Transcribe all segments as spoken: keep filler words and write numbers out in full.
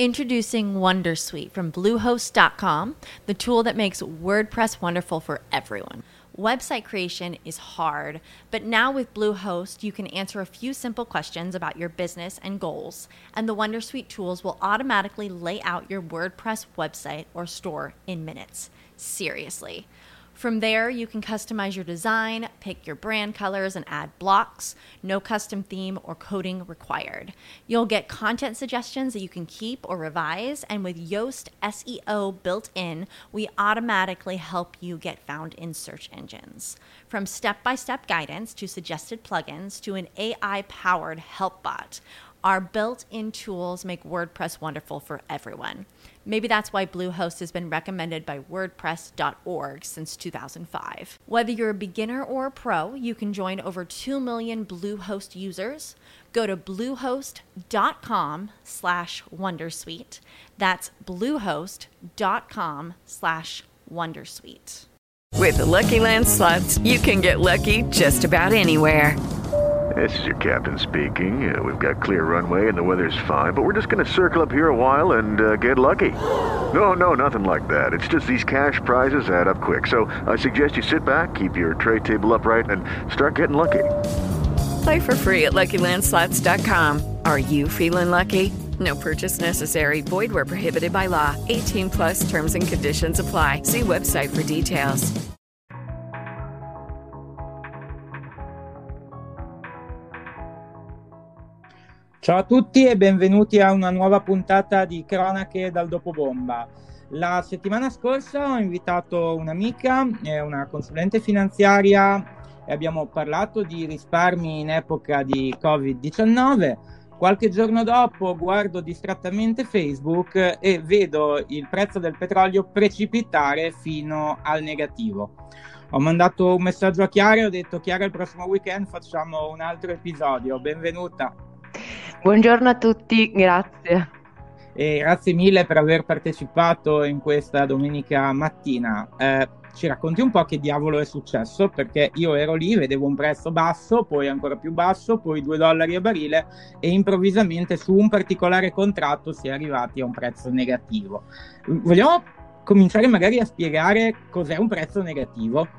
Introducing Wondersuite from Bluehost dot com, the tool that makes WordPress wonderful for everyone. Website creation is hard, but now with Bluehost, you can answer a few simple questions about your business and goals, and the Wondersuite tools will automatically lay out your WordPress website or store in minutes. Seriously. From there, you can customize your design, pick your brand colors, and add blocks. No custom theme or coding required. You'll get content suggestions that you can keep or revise, and with Yoast S E O built in, we automatically help you get found in search engines. From step-by-step guidance to suggested plugins to an A I-powered help bot, our built-in tools make WordPress wonderful for everyone. Maybe that's why Bluehost has been recommended by WordPress dot org since two thousand five. Whether you're a beginner or a pro, you can join over two million Bluehost users. Go to bluehost dot com slash wondersuite. That's bluehost dot com slash wondersuite. With the Lucky Land Slots, you can get lucky just about anywhere. This is your captain speaking. Uh, we've got clear runway and the weather's fine, but we're just going to circle up here a while and uh, get lucky. No, no, nothing like that. It's just these cash prizes add up quick. So I suggest you sit back, keep your tray table upright, and start getting lucky. Play for free at lucky land slots dot com. Are you feeling lucky? No purchase necessary. Void where prohibited by law. eighteen plus terms and conditions apply. See website for details. Ciao a tutti e benvenuti a una nuova puntata di Cronache dal Dopobomba. La settimana scorsa ho invitato un'amica, una consulente finanziaria, e abbiamo parlato di risparmi in epoca di covid diciannove. Qualche giorno dopo guardo distrattamente Facebook e vedo il prezzo del petrolio precipitare fino al negativo. Ho mandato un messaggio a Chiara e ho detto: Chiara, il prossimo weekend facciamo un altro episodio. Benvenuta. Buongiorno a tutti, grazie. E grazie mille per aver partecipato in questa domenica mattina. Eh, ci racconti un po' che diavolo è successo? Perché io ero lì, vedevo un prezzo basso, poi ancora più basso, poi due dollari a barile e improvvisamente su un particolare contratto si è arrivati a un prezzo negativo. Vogliamo cominciare magari a spiegare cos'è un prezzo negativo?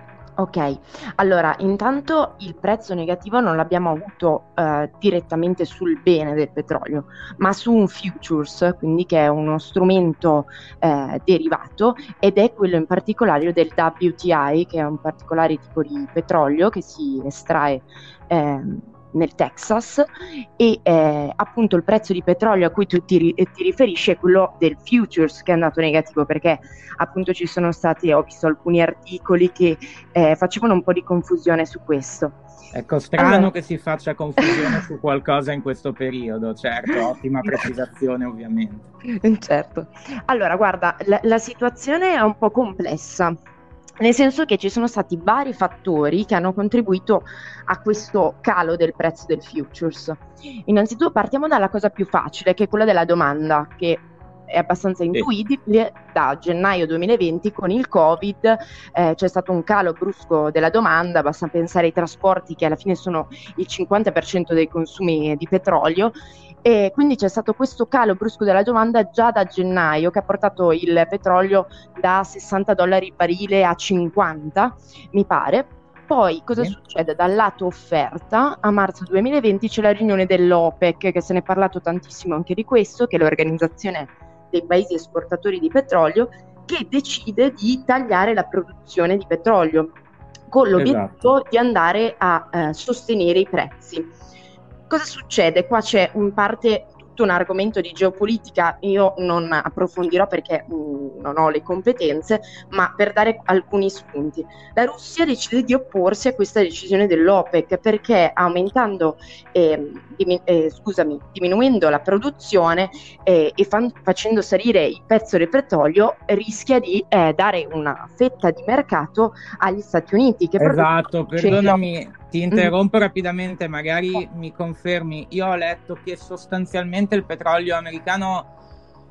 Ok, allora intanto il prezzo negativo non l'abbiamo avuto eh, direttamente sul bene del petrolio, ma su un futures, quindi che è uno strumento eh, derivato, ed è quello in particolare del W T I, che è un particolare tipo di petrolio che si estrae eh, nel Texas, e eh, appunto il prezzo di petrolio a cui tu ti, ri- ti riferisci è quello del futures, che è andato negativo perché appunto ci sono stati, ho visto alcuni articoli che eh, facevano un po' di confusione su questo. Ecco, strano allora... che si faccia confusione su qualcosa in questo periodo, certo, ottima precisazione ovviamente. Certo. Allora, guarda, la, la situazione è un po' complessa, nel senso che ci sono stati vari fattori che hanno contribuito a questo calo del prezzo del futures. Innanzitutto partiamo dalla cosa più facile, che è quella della domanda, che è abbastanza intuibile. Da gennaio duemilaventi con il Covid eh, c'è stato un calo brusco della domanda, basta pensare ai trasporti che alla fine sono il cinquanta per cento dei consumi di petrolio, e quindi c'è stato questo calo brusco della domanda già da gennaio che ha portato il petrolio da sessanta dollari il barile a cinquanta, mi pare. Poi cosa sì. succede? Dal lato offerta, a marzo duemilaventi c'è la riunione dell'OPEC, che se ne è parlato tantissimo anche di questo, che è l'organizzazione dei paesi esportatori di petrolio, che decide di tagliare la produzione di petrolio con l'obiettivo esatto. di andare a eh, sostenere i prezzi. Cosa succede? Qua c'è in parte tutto un argomento di geopolitica, io non approfondirò perché mh, non ho le competenze, ma per dare alcuni spunti. La Russia decide di opporsi a questa decisione dell'OPEC perché aumentando, eh, dimi- eh, scusami, diminuendo la produzione eh, e fan- facendo salire il prezzo del petrolio rischia di eh, dare una fetta di mercato agli Stati Uniti. Che esatto, perdonami. cento Ti interrompo mm. rapidamente, magari mi confermi. Io ho letto che sostanzialmente il petrolio americano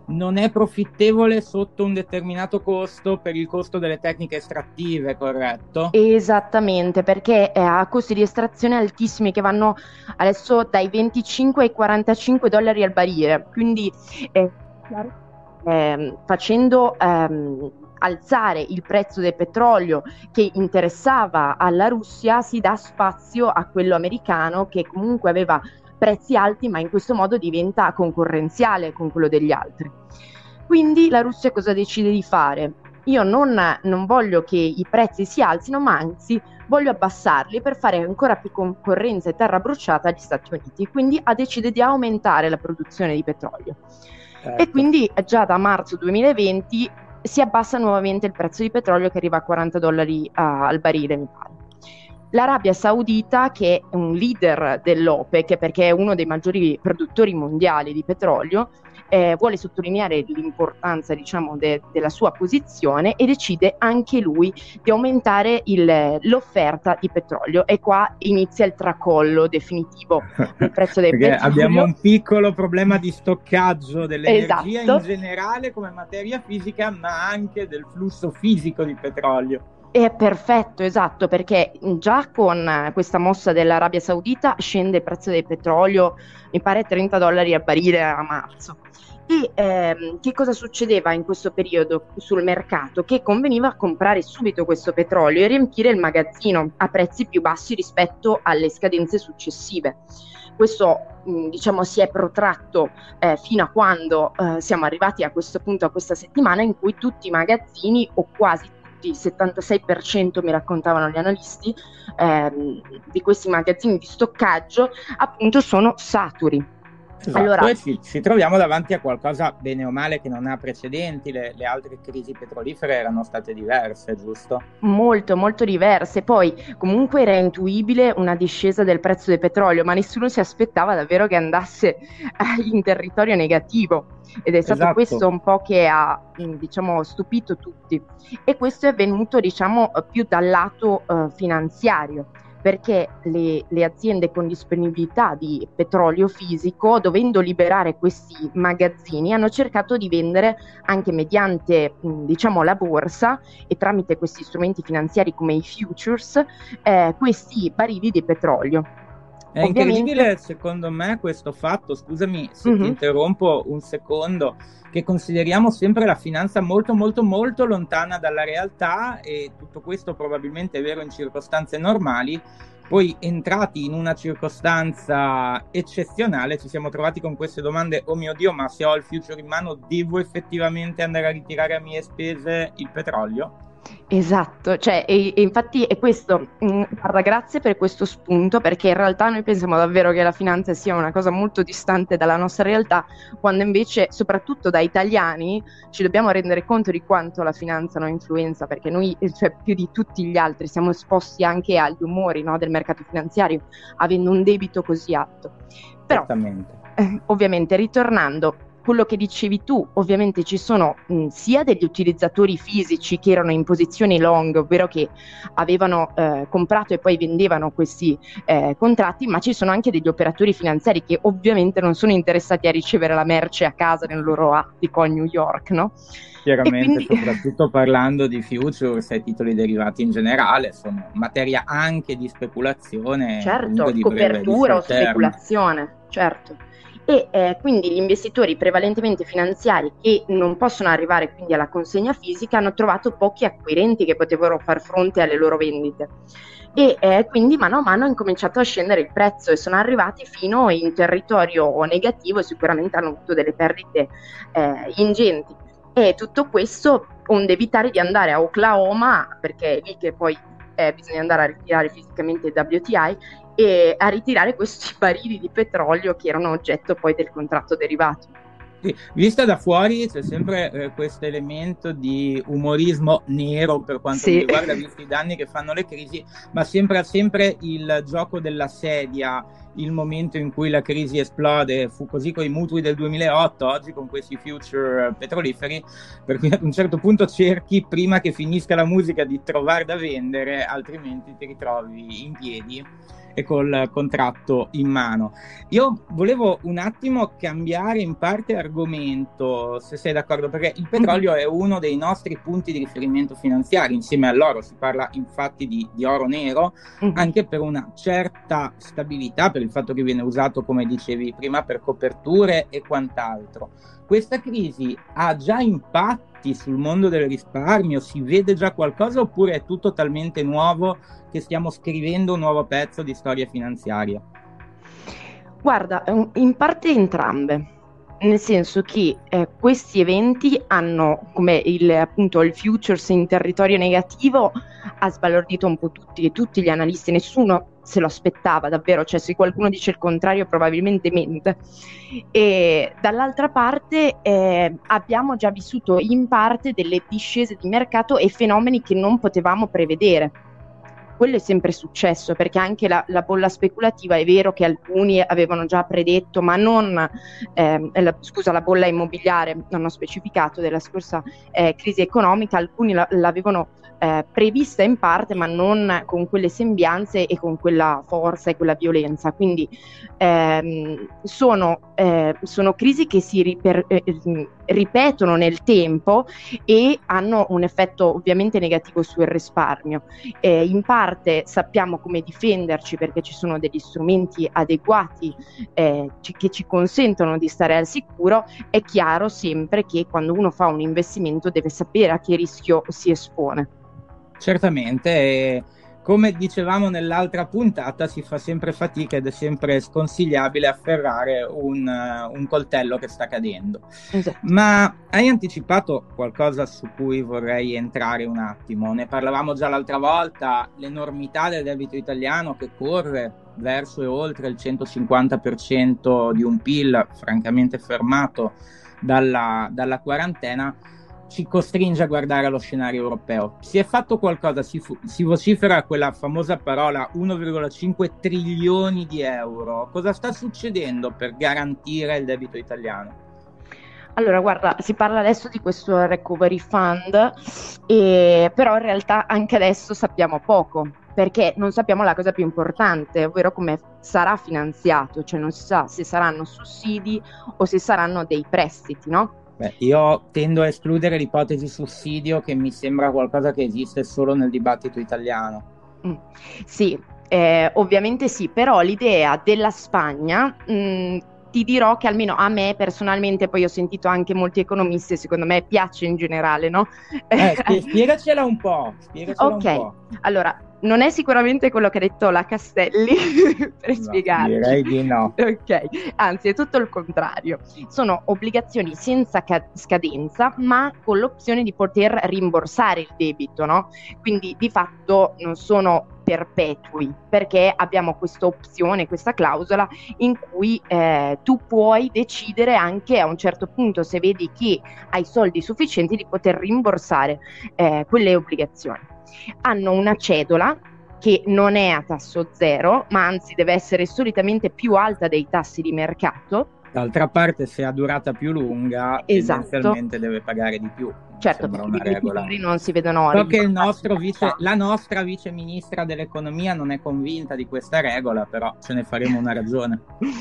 non è profittevole sotto un determinato costo per il costo delle tecniche estrattive, corretto? Esattamente, perché ha costi di estrazione altissimi che vanno adesso dai venticinque ai quarantacinque dollari al barile, quindi eh, eh, facendo ehm, alzare il prezzo del petrolio che interessava alla Russia, si dà spazio a quello americano che comunque aveva prezzi alti, ma in questo modo diventa concorrenziale con quello degli altri. Quindi la Russia cosa decide di fare? Io non, non voglio che i prezzi si alzino, ma anzi voglio abbassarli per fare ancora più concorrenza e terra bruciata agli Stati Uniti. Quindi ha deciso di aumentare la produzione di petrolio. Ecco. E quindi già da marzo duemilaventi si abbassa nuovamente il prezzo di petrolio, che arriva a quaranta dollari uh, al barile, mi pare. L'Arabia Saudita, che è un leader dell'OPEC, perché è uno dei maggiori produttori mondiali di petrolio, eh, vuole sottolineare l'importanza, diciamo, de- della sua posizione e decide anche lui di aumentare il, l'offerta di petrolio. E qua inizia il tracollo definitivo del prezzo del perché petrolio. Abbiamo un piccolo problema di stoccaggio dell'energia, esatto, in generale come materia fisica, ma anche del flusso fisico di petrolio. È perfetto, esatto, perché già con questa mossa dell'Arabia Saudita scende il prezzo del petrolio, mi pare trenta dollari al barile a marzo. E ehm, che cosa succedeva in questo periodo sul mercato? Che conveniva comprare subito questo petrolio e riempire il magazzino a prezzi più bassi rispetto alle scadenze successive. Questo mh, diciamo si è protratto eh, fino a quando eh, siamo arrivati a questo punto, a questa settimana, in cui tutti i magazzini, o quasi il settantasei per cento, mi raccontavano gli analisti, ehm, di questi magazzini di stoccaggio appunto sono saturi. Esatto. Allora, Poi ci, ci troviamo davanti a qualcosa, bene o male, che non ha precedenti. Le, le altre crisi petrolifere erano state diverse, giusto? Molto, molto diverse. Poi comunque era intuibile una discesa del prezzo del petrolio, ma nessuno si aspettava davvero che andasse in territorio negativo. Ed è stato esatto. questo un po' che ha, diciamo, stupito tutti. E questo è avvenuto, diciamo, più dal lato uh, finanziario, perché le, le aziende con disponibilità di petrolio fisico, dovendo liberare questi magazzini, hanno cercato di vendere anche mediante, diciamo, la borsa e tramite questi strumenti finanziari come i futures, eh, questi barili di petrolio. È Ovviamente... incredibile, secondo me, questo fatto, scusami se mm-hmm. ti interrompo un secondo, che consideriamo sempre la finanza molto molto molto lontana dalla realtà, e tutto questo probabilmente è vero in circostanze normali. Poi, entrati in una circostanza eccezionale, ci siamo trovati con queste domande: oh mio Dio, ma se ho il future in mano devo effettivamente andare a ritirare a mie spese il petrolio? Esatto, cioè, e, e infatti è questo, mh, guarda, grazie per questo spunto, perché in realtà noi pensiamo davvero che la finanza sia una cosa molto distante dalla nostra realtà, quando invece, soprattutto da italiani, ci dobbiamo rendere conto di quanto la finanza non influenza, perché noi, cioè, più di tutti gli altri, siamo esposti anche agli umori, no, del mercato finanziario, avendo un debito così alto. Però, eh, ovviamente, ritornando, quello che dicevi tu, ovviamente ci sono mh, sia degli utilizzatori fisici che erano in posizioni long, ovvero che avevano eh, comprato e poi vendevano questi eh, contratti, ma ci sono anche degli operatori finanziari che ovviamente non sono interessati a ricevere la merce a casa nel loro attico a New York, no? Chiaramente, quindi... soprattutto parlando di futures e titoli derivati in generale, sono materia anche di speculazione. Certo, di copertura o speculazione, certo. E eh, quindi gli investitori prevalentemente finanziari, che non possono arrivare quindi alla consegna fisica, hanno trovato pochi acquirenti che potevano far fronte alle loro vendite, e eh, quindi mano a mano è incominciato a scendere il prezzo e sono arrivati fino in territorio negativo e sicuramente hanno avuto delle perdite eh, ingenti. E tutto questo onde evitare di andare a Oklahoma, perché è lì che poi eh, bisogna andare a ritirare fisicamente il W T I, e a ritirare questi barili di petrolio che erano oggetto poi del contratto derivato. Sì, vista da fuori c'è sempre eh, questo elemento di umorismo nero per quanto sì. mi riguarda, visti i danni che fanno le crisi, ma sembra sempre il gioco della sedia, il momento in cui la crisi esplode. Fu così con i mutui del duemilaotto, oggi con questi future petroliferi, per cui ad un certo punto cerchi, prima che finisca la musica, di trovare da vendere, altrimenti ti ritrovi in piedi e col contratto in mano. Io volevo un attimo cambiare in parte argomento, se sei d'accordo, perché il petrolio è uno dei nostri punti di riferimento finanziari, insieme all'oro. Si parla infatti di, di oro nero, anche per una certa stabilità, per il fatto che viene usato, come dicevi prima, per coperture e quant'altro. Questa crisi ha già impatti sul mondo del risparmio? Si vede già qualcosa oppure è tutto talmente nuovo che stiamo scrivendo un nuovo pezzo di storia finanziaria? Guarda, in parte entrambe, nel senso che eh, questi eventi hanno, come il, appunto il futures in territorio negativo, ha sbalordito un po' tutti, tutti gli analisti, nessuno se lo aspettava davvero, cioè se qualcuno dice il contrario probabilmente mente. E dall'altra parte eh, abbiamo già vissuto in parte delle discese di mercato e fenomeni che non potevamo prevedere. Quello è sempre successo, perché anche la, la bolla speculativa, è vero che alcuni avevano già predetto, ma non, eh, la, scusa, la bolla immobiliare, non ho specificato, della scorsa eh, crisi economica, alcuni la, l'avevano eh, prevista in parte, ma non con quelle sembianze e con quella forza e quella violenza. Quindi ehm, sono, eh, sono crisi che si riper, eh, ripetono nel tempo e hanno un effetto ovviamente negativo sul risparmio. Eh, in parte sappiamo come difenderci, perché ci sono degli strumenti adeguati eh, ci, che ci consentono di stare al sicuro. È chiaro sempre che quando uno fa un investimento deve sapere a che rischio si espone. Certamente, e come dicevamo nell'altra puntata, si fa sempre fatica ed è sempre sconsigliabile afferrare un, uh, un coltello che sta cadendo. Esatto. Ma hai anticipato qualcosa su cui vorrei entrare un attimo. Ne parlavamo già l'altra volta, l'enormità del debito italiano che corre verso e oltre il centocinquanta per cento di un P I L francamente fermato dalla, dalla quarantena, ci costringe a guardare allo scenario europeo. Si è fatto qualcosa, si, fu, si vocifera quella famosa parola uno virgola cinque trilioni di euro. Cosa sta succedendo per garantire il debito italiano? Allora, guarda, si parla adesso di questo recovery fund, e, però in realtà anche adesso sappiamo poco, perché non sappiamo la cosa più importante, ovvero come sarà finanziato, cioè non si sa se saranno sussidi o se saranno dei prestiti, no? Beh, io tendo a escludere l'ipotesi sussidio, che mi sembra qualcosa che esiste solo nel dibattito italiano. Mm, sì, eh, ovviamente sì, però l'idea della Spagna, mh, ti dirò che almeno a me personalmente, poi ho sentito anche molti economisti, secondo me piace in generale, no? Eh, spiegacela un po', spiegacela ok, un po'. Allora, non è sicuramente quello che ha detto la Castelli per No, spiegarci. direi di no. Ok, anzi è tutto il contrario. Sono obbligazioni senza ca- scadenza, ma con l'opzione di poter rimborsare il debito, no? Quindi di fatto non sono perpetui, perché abbiamo questa opzione, questa clausola in cui eh, tu puoi decidere anche a un certo punto, se vedi che hai soldi sufficienti, di poter rimborsare eh, quelle obbligazioni. Hanno una cedola che non è a tasso zero, ma anzi deve essere solitamente più alta dei tassi di mercato. D'altra parte, se ha durata più lunga, Esatto. tendenzialmente deve pagare di più. Certo, Sembra perché una i regola. debitori non si vedono. So che il nostro vice, la nostra vice ministra dell'economia non è convinta di questa regola, però ce ne faremo una ragione.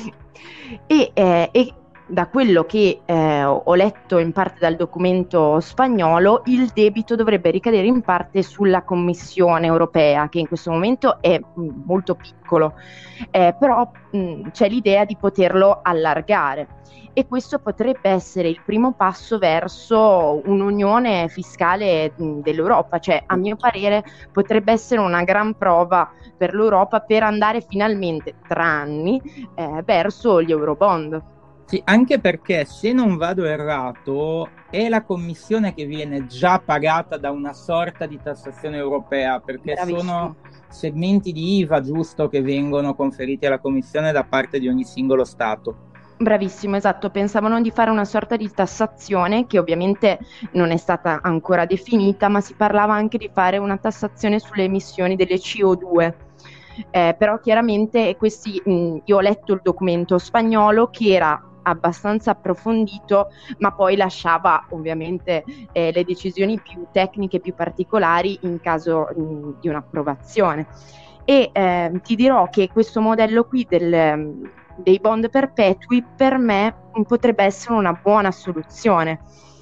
e, eh, e da quello che eh, ho letto in parte dal documento spagnolo, il debito dovrebbe ricadere in parte sulla Commissione europea, che in questo momento è mh, molto piccolo, eh, però mh, c'è l'idea di poterlo allargare. E questo potrebbe essere il primo passo verso un'unione fiscale dell'Europa, cioè a mio parere potrebbe essere una gran prova per l'Europa per andare finalmente tra anni eh, verso gli Eurobond. Sì, anche perché, se non vado errato, è la Commissione che viene già pagata da una sorta di tassazione europea, perché Bravissimo. Sono segmenti di I V A, giusto, che vengono conferiti alla Commissione da parte di ogni singolo Stato. Bravissimo, esatto, pensavano di fare una sorta di tassazione che ovviamente non è stata ancora definita, ma si parlava anche di fare una tassazione sulle emissioni delle C O due. Eh, però chiaramente questi, mh, io ho letto il documento spagnolo che era abbastanza approfondito, ma poi lasciava ovviamente eh, le decisioni più tecniche, più particolari in caso mh, di un'approvazione. e eh, ti dirò che questo modello qui del, dei bond perpetui per me potrebbe essere una buona soluzione.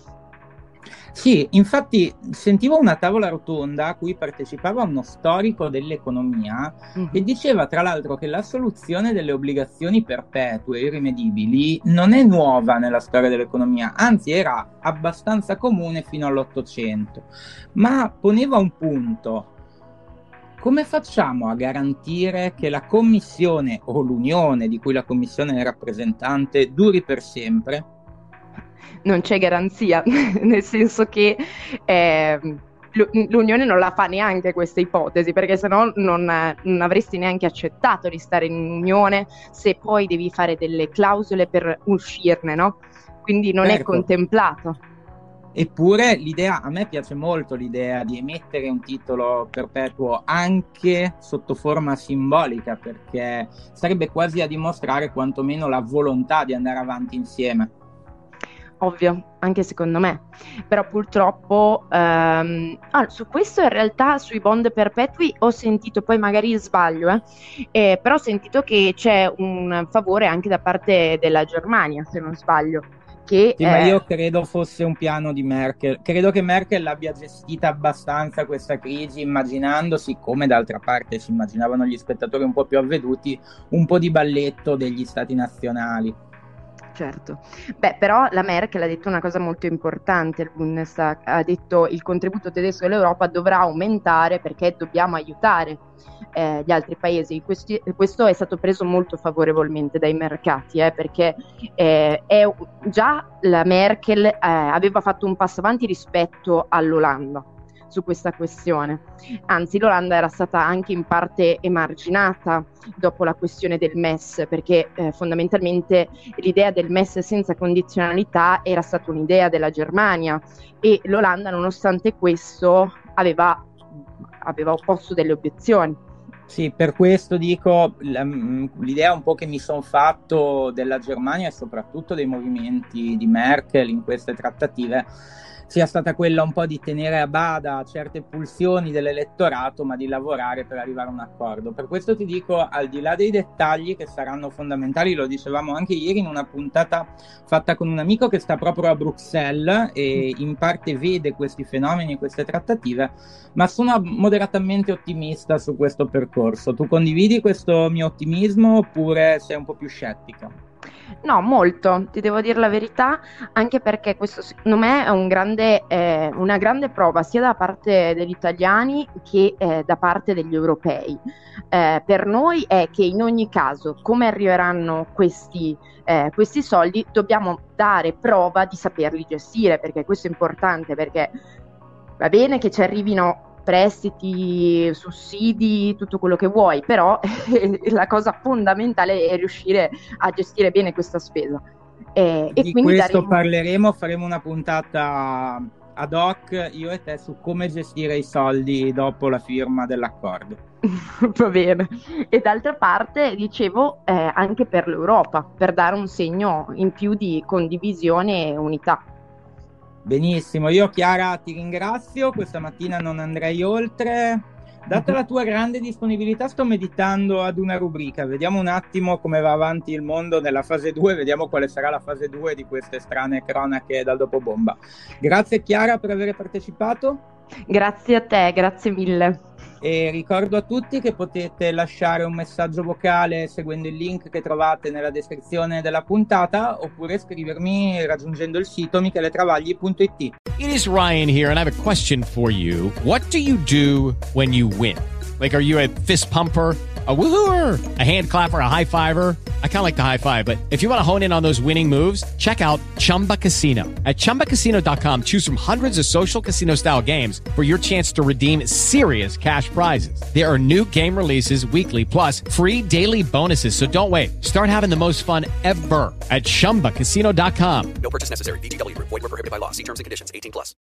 Sì, infatti sentivo una tavola rotonda a cui partecipava uno storico dell'economia Mm. che diceva tra l'altro che la soluzione delle obbligazioni perpetue irrimedibili non è nuova nella storia dell'economia, anzi era abbastanza comune fino all'Ottocento, ma poneva un punto. Come facciamo a garantire che la Commissione o l'Unione di cui la Commissione è rappresentante duri per sempre? Non c'è garanzia, nel senso che eh, l'Unione non la fa neanche questa ipotesi, perché sennò non, non avresti neanche accettato di stare in Unione se poi devi fare delle clausole per uscirne, no? Quindi non Certo. è contemplato. Eppure l'idea, a me piace molto l'idea di emettere un titolo perpetuo anche sotto forma simbolica, perché sarebbe quasi a dimostrare quantomeno la volontà di andare avanti insieme. Ovvio, anche secondo me, però purtroppo ehm, ah, su questo in realtà sui bond perpetui ho sentito, poi magari sbaglio, eh, eh, però ho sentito che c'è un favore anche da parte della Germania, se non sbaglio. Che, Sì, ma eh, io credo fosse un piano di Merkel. Credo che Merkel abbia gestita abbastanza questa crisi, immaginandosi, come d'altra parte si immaginavano gli spettatori un po' più avveduti, un po' di balletto degli stati nazionali. Certo, beh, però la Merkel ha detto una cosa molto importante, il Bundestag ha detto il contributo tedesco dell'Europa dovrà aumentare perché dobbiamo aiutare eh, gli altri paesi. Questi, questo è stato preso molto favorevolmente dai mercati, eh, perché eh, è, già la Merkel eh, aveva fatto un passo avanti rispetto all'Olanda su questa questione, anzi l'Olanda era stata anche in parte emarginata dopo la questione del M E S, perché eh, fondamentalmente l'idea del M E S senza condizionalità era stata un'idea della Germania e l'Olanda nonostante questo aveva, aveva opposto delle obiezioni. Sì, per questo dico, l'idea un po' che mi sono fatto della Germania e soprattutto dei movimenti di Merkel in queste trattative sia stata quella un po' di tenere a bada certe pulsioni dell'elettorato, ma di lavorare per arrivare a un accordo. Per questo ti dico, al di là dei dettagli che saranno fondamentali, lo dicevamo anche ieri in una puntata fatta con un amico che sta proprio a Bruxelles e in parte vede questi fenomeni, queste trattative, ma sono moderatamente ottimista su questo percorso. Tu condividi questo mio ottimismo oppure sei un po' più scettica? No, molto, ti devo dire la verità, anche perché questo secondo me è un grande, eh, una grande prova sia da parte degli italiani che eh, da parte degli europei. Eh, per noi è che in ogni caso, come arriveranno questi, eh, questi soldi, dobbiamo dare prova di saperli gestire, perché questo è importante, perché va bene che ci arrivino prestiti, sussidi, tutto quello che vuoi, però la cosa fondamentale è riuscire a gestire bene questa spesa. E, Di e quindi questo daremo... parleremo, faremo una puntata ad hoc, io e te, su come gestire i soldi dopo la firma dell'accordo. Va bene. E d'altra parte, dicevo, eh, anche per l'Europa, per dare un segno in più di condivisione e unità. Benissimo, io Chiara ti ringrazio, questa mattina non andrei oltre. Data la tua grande disponibilità sto meditando ad una rubrica, vediamo un attimo come va avanti il mondo nella fase due, vediamo quale sarà la fase due di queste strane cronache dal dopobomba. Grazie Chiara per aver partecipato. Grazie a te, grazie mille. E ricordo a tutti che potete lasciare un messaggio vocale seguendo il link che trovate nella descrizione della puntata oppure scrivermi raggiungendo il sito michele travagli punto it. It is Ryan here and I have a question for you. What do you do when you win? Like, are you a fist pumper, a woohooer, a hand clapper, a high fiver? I kind of like the high five, but if you want to hone in on those winning moves, check out Chumba Casino. At chumba casino dot com, choose from hundreds of social casino style games for your chance to redeem serious cash prizes. There are new game releases weekly, plus free daily bonuses. So don't wait. Start having the most fun ever at chumba casino dot com. No purchase necessary. V G W Group. Void where prohibited by law. See terms and conditions. eighteen plus.